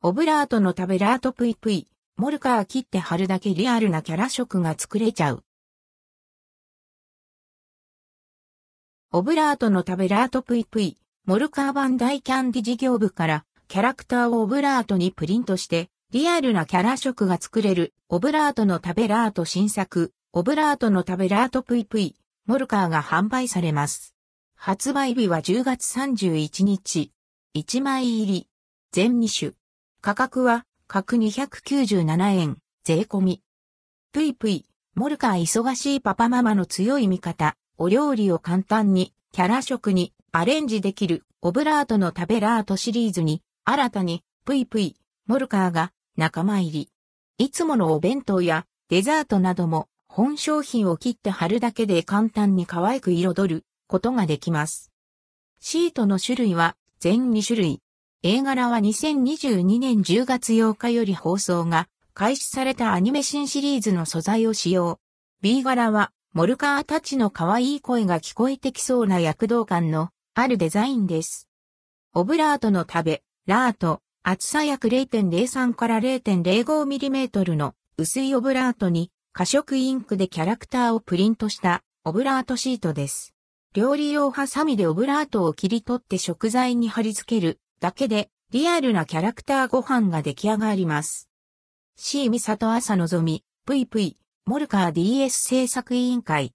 オブラートの食べラートぷいぷい、モルカー切って貼るだけリアルなキャラ食が作れちゃう。オブラートの食べラートぷいぷい、モルカーバンダイキャンディ事業部からキャラクターをオブラートにプリントしてリアルなキャラ食が作れるオブラートの食べラート新作、オブラートの食べラートぷいぷい、モルカーが販売されます。発売日は10月31日。1枚入り。全2種。価格は各297円、税込み。ぷいぷい、モルカー忙しいパパママの強い味方、お料理を簡単に、キャラ食にアレンジできるオブラートの食べラートシリーズに、新たにぷいぷい、モルカーが仲間入り。いつものお弁当やデザートなども本商品を切って貼るだけで簡単に可愛く彩ることができます。シートの種類は全2種類。絵柄は2022年10月8日より放送が開始されたアニメ新シリーズの素材を使用。B 柄はモルカーたちの可愛い声が聞こえてきそうな躍動感のあるデザインです。オブラートの食べ、ラート、厚さ約 0.03 から 0.05mm の薄いオブラートに過色インクでキャラクターをプリントしたオブラートシートです。料理用ハサミでオブラートを切り取って食材に貼り付けるだけでリアルなキャラクターご飯が出来上がります。C ミサと朝のぞみ、ぷいぷい、モルカー DS 制作委員会。